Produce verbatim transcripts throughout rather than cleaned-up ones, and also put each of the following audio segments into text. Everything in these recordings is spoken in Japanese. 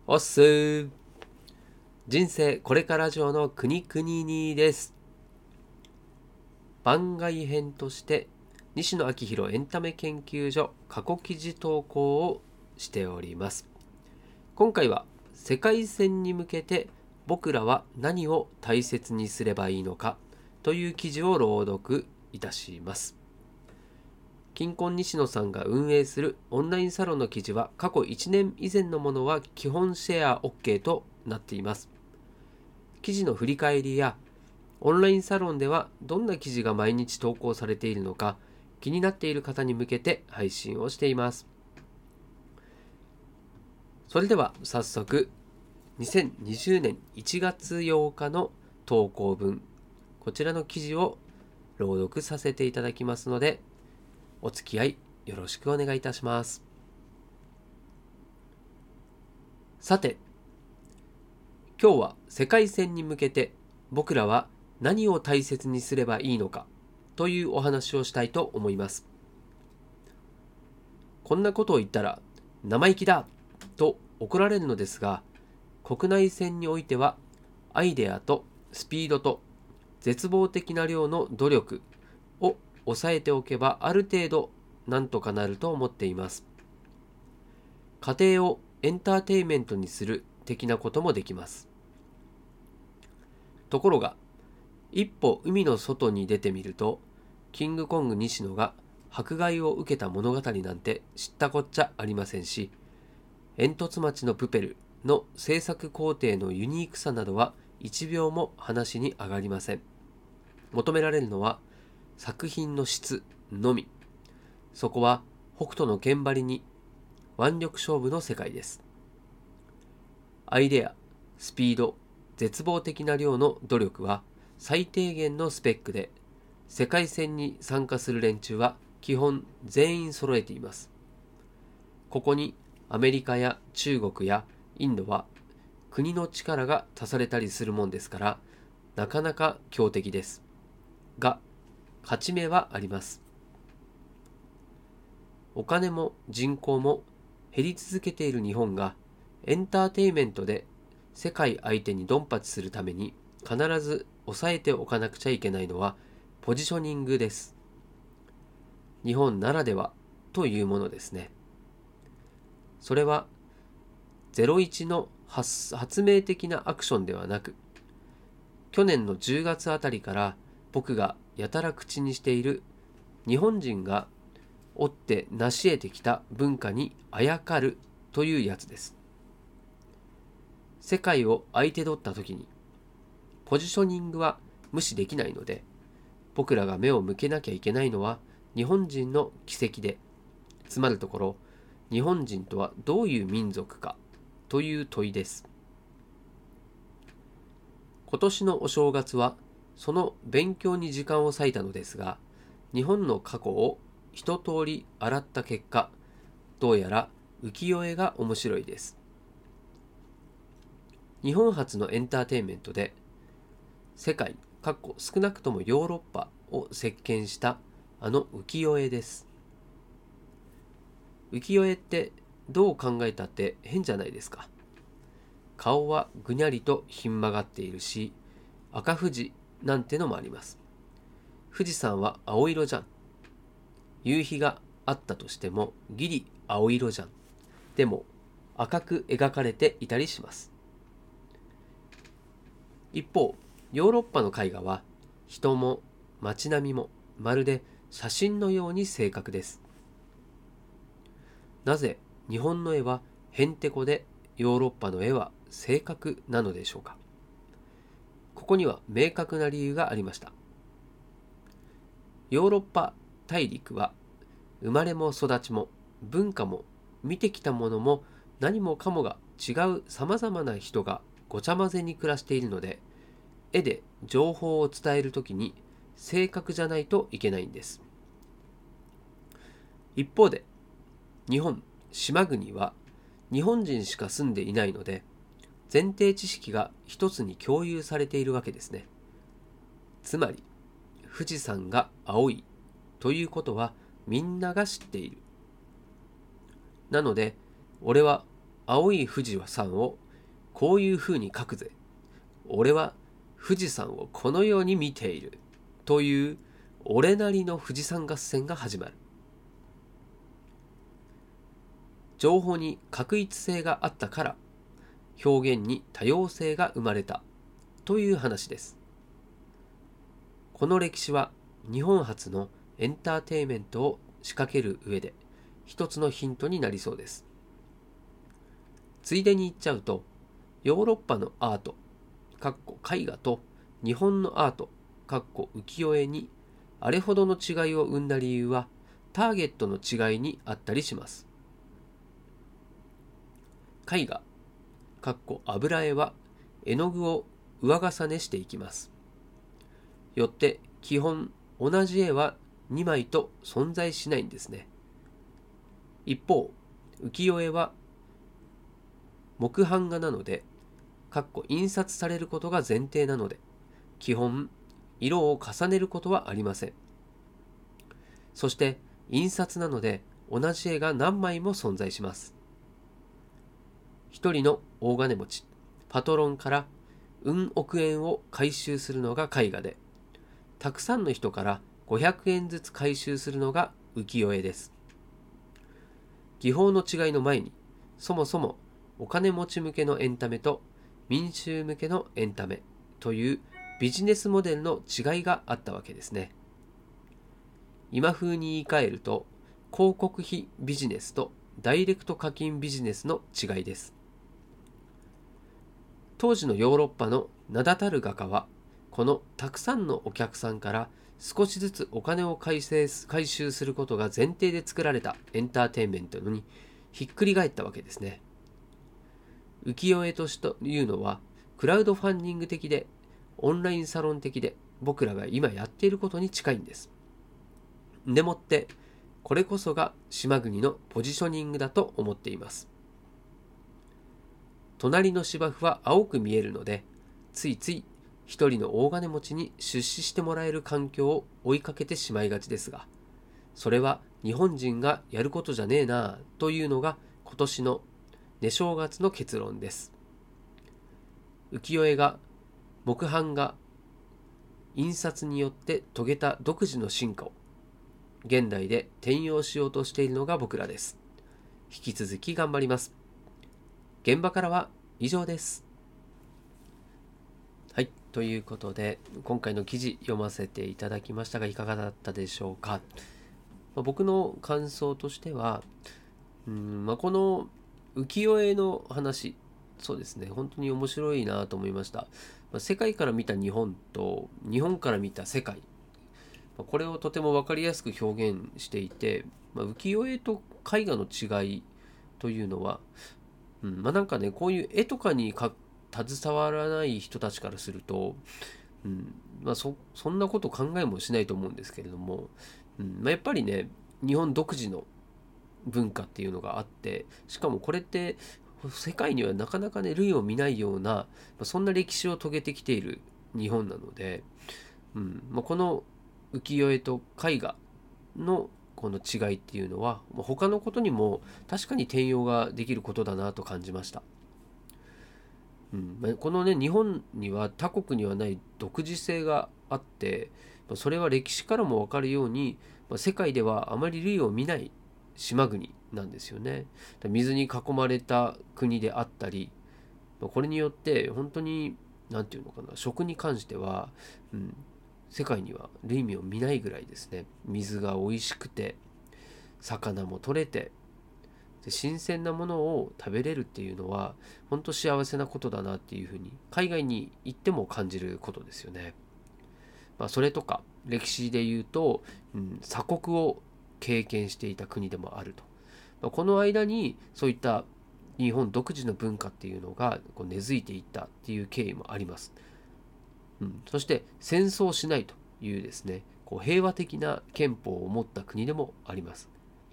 おっすー。人生これから上の国々にです。番外編として西野昭弘エンタメ研究所過去記事投稿をしております。今回は世界戦に向けて僕らは何を大切にすればいいのかという記事を朗読いたします。金婚西野さんが運営するオンラインサロンの記事は過去いちねん以前のものは基本シェア OK となっています。記事の振り返りやオンラインサロンではどんな記事が毎日投稿されているのか気になっている方に向けて配信をしています。それでは早速にせんにじゅうねんいちがつようかの投稿分、こちらの記事を朗読させていただきますのでお付き合いよろしくお願いいたします。さて、今日は世界戦に向けて僕らは何を大切にすればいいのかというお話をしたいと思います。こんなことを言ったら生意気だと怒られるのですが、国内戦においてはアイデアとスピードと絶望的な量の努力を抑えておけばある程度なんとかなると思っています。家庭をエンターテインメントにする的なこともできます。ところが一歩海の外に出てみると、キングコング西野が迫害を受けた物語なんて知ったこっちゃありませんし、煙突町のプペルの制作工程のユニークさなどはいちびょうも話に上がりません。求められるのは作品の質のみ。そこは北斗の剣張りに腕力勝負の世界です。アイデア、スピード、絶望的な量の努力は最低限のスペックで、世界戦に参加する連中は基本全員揃えています。ここにアメリカや中国やインドは国の力が足されたりするもんですから、なかなか強敵です。が、勝ち目はあります。お金も人口も減り続けている日本がエンターテインメントで世界相手にドンパチするために必ず抑えておかなくちゃいけないのはポジショニングです。日本ならではというものですね。それはゼロイチの 発, 発明的なアクションではなく、去年のじゅうがつあたりから僕がやたら口にしている日本人が追って成し得てきた文化にあやかるというやつです。世界を相手取った時にポジショニングは無視できないので、僕らが目を向けなきゃいけないのは日本人の奇跡で、つまるところ日本人とはどういう民族かという問いです。今年のお正月はその勉強に時間を割いたのですが、日本の過去を一通り洗った結果、どうやら浮世絵が面白いです。日本初のエンターテインメントで世界少なくともヨーロッパを席巻したあの浮世絵です。浮世絵ってどう考えたって変じゃないですか。顔はぐにゃりとひん曲がっているし、赤富士なんてのもあります。富士山は青色じゃん。夕日があったとしてもギリ青色じゃん。でも赤く描かれていたりします。一方、ヨーロッパの絵画は人も街並みもまるで写真のように正確です。なぜ日本の絵はへんてこでヨーロッパの絵は正確なのでしょうか。ここには明確な理由がありました。ヨーロッパ大陸は生まれも育ちも文化も見てきたものも何もかもが違うさまざまな人がごちゃ混ぜに暮らしているので、絵で情報を伝えるときに正確じゃないといけないんです。一方で日本島国は日本人しか住んでいないので、前提知識が一つに共有されているわけですね。つまり富士山が青いということはみんなが知っている。なので俺は青い富士山をこういうふうに書くぜ。俺は富士山をこのように見ている。という俺なりの富士山合戦が始まる。情報に確一性があったから表現に多様性が生まれたという話です。この歴史は日本初のエンターテインメントを仕掛ける上で一つのヒントになりそうです。ついでに言っちゃうと、ヨーロッパのアート、かっこ絵画と日本のアート、かっこ浮世絵にあれほどの違いを生んだ理由はターゲットの違いにあったりします。絵画、かっこ油絵は絵の具を上重ねしていきます。よって基本同じ絵はにまいと存在しないんですね。一方、浮世絵は木版画なので、かっこ印刷されることが前提なので、基本色を重ねることはありません。そして印刷なので同じ絵が何枚も存在します。一人の大金持ち、パトロンからうん億円を回収するのが絵画で、たくさんの人からごひゃくえんずつ回収するのが浮世絵です。技法の違いの前に、そもそもお金持ち向けのエンタメと民衆向けのエンタメというビジネスモデルの違いがあったわけですね。今風に言い換えると、広告費ビジネスとダイレクト課金ビジネスの違いです。当時のヨーロッパの名だたる画家は、このたくさんのお客さんから少しずつお金を回収することが前提で作られたエンターテインメントにひっくり返ったわけですね。浮世絵というのはクラウドファンディング的でオンラインサロン的で僕らが今やっていることに近いんです。でもってこれこそが島国のポジショニングだと思っています。隣の芝生は青く見えるので、ついつい一人の大金持ちに出資してもらえる環境を追いかけてしまいがちですが、それは日本人がやることじゃねえなというのが今年の寝正月の結論です。浮世絵が木版が印刷によって遂げた独自の進化を現代で転用しようとしているのが僕らです。引き続き頑張ります。現場からは以上です。はい、ということで今回の記事読ませていただきましたがいかがだったでしょうか。まあ、僕の感想としては、うんまあ、この浮世絵の話、そうですね、本当に面白いなと思いました。まあ、世界から見た日本と日本から見た世界、まあ、これをとても分かりやすく表現していて、まあ、浮世絵と絵画の違いというのは、うんまあ、なんかね、こういう絵とかにか携わらない人たちからすると、うんまあ、そそんなこと考えもしないと思うんですけれども、うんまあ、やっぱりね、日本独自の文化っていうのがあって、しかもこれって世界にはなかなかね類を見ないようなそんな歴史を遂げてきている日本なので、うんまあ、この浮世絵と絵画のこの違いっていうのは他のことにも確かに転用ができることだなと感じました。うんまあ、このね日本には他国にはない独自性があって、それは歴史からも分かるように世界ではあまり類を見ない島国なんですよね。水に囲まれた国であったり、これによって本当に何て言うのかな、食に関しては、うん、世界には類を見ないぐらいですね。水が美味しくて魚も取れてで新鮮なものを食べれるっていうのは本当幸せなことだなっていうふうに海外に行っても感じることですよね。まあ、それとか歴史で言うと、うん、鎖国を経験していた国でもあると。まあ、この間にそういった日本独自の文化っていうのがこう根付いていったっていう経緯もあります。うん、そして戦争しないというですね、こう平和的な憲法を持った国でもあります。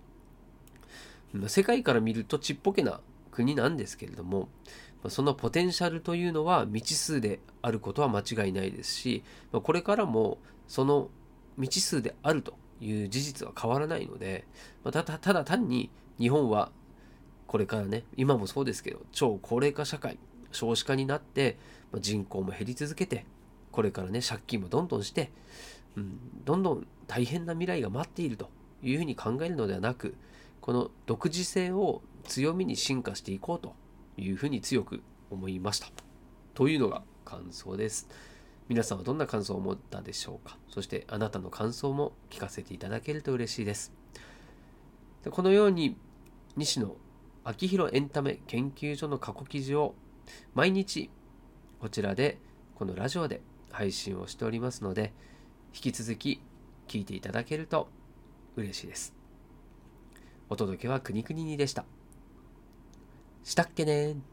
世界から見るとちっぽけな国なんですけれども、そのポテンシャルというのは未知数であることは間違いないですし、これからもその未知数であるという事実は変わらないので、ただただ単に日本はこれからね、今もそうですけど、超高齢化社会、少子化になって、まあ人口も減り続けて、これからね、借金もどんどんして、うん、どんどん大変な未来が待っているというふうに考えるのではなく、この独自性を強みに進化していこうというふうに強く思いました。というのが感想です。皆さんはどんな感想を持ったでしょうか。そしてあなたの感想も聞かせていただけると嬉しいです。でこのように西野昭弘エンタメ研究所の過去記事を毎日こちらでこのラジオで配信をしておりますので、引き続き聞いていただけると嬉しいです。お届けはくにくににでした。したっけねー。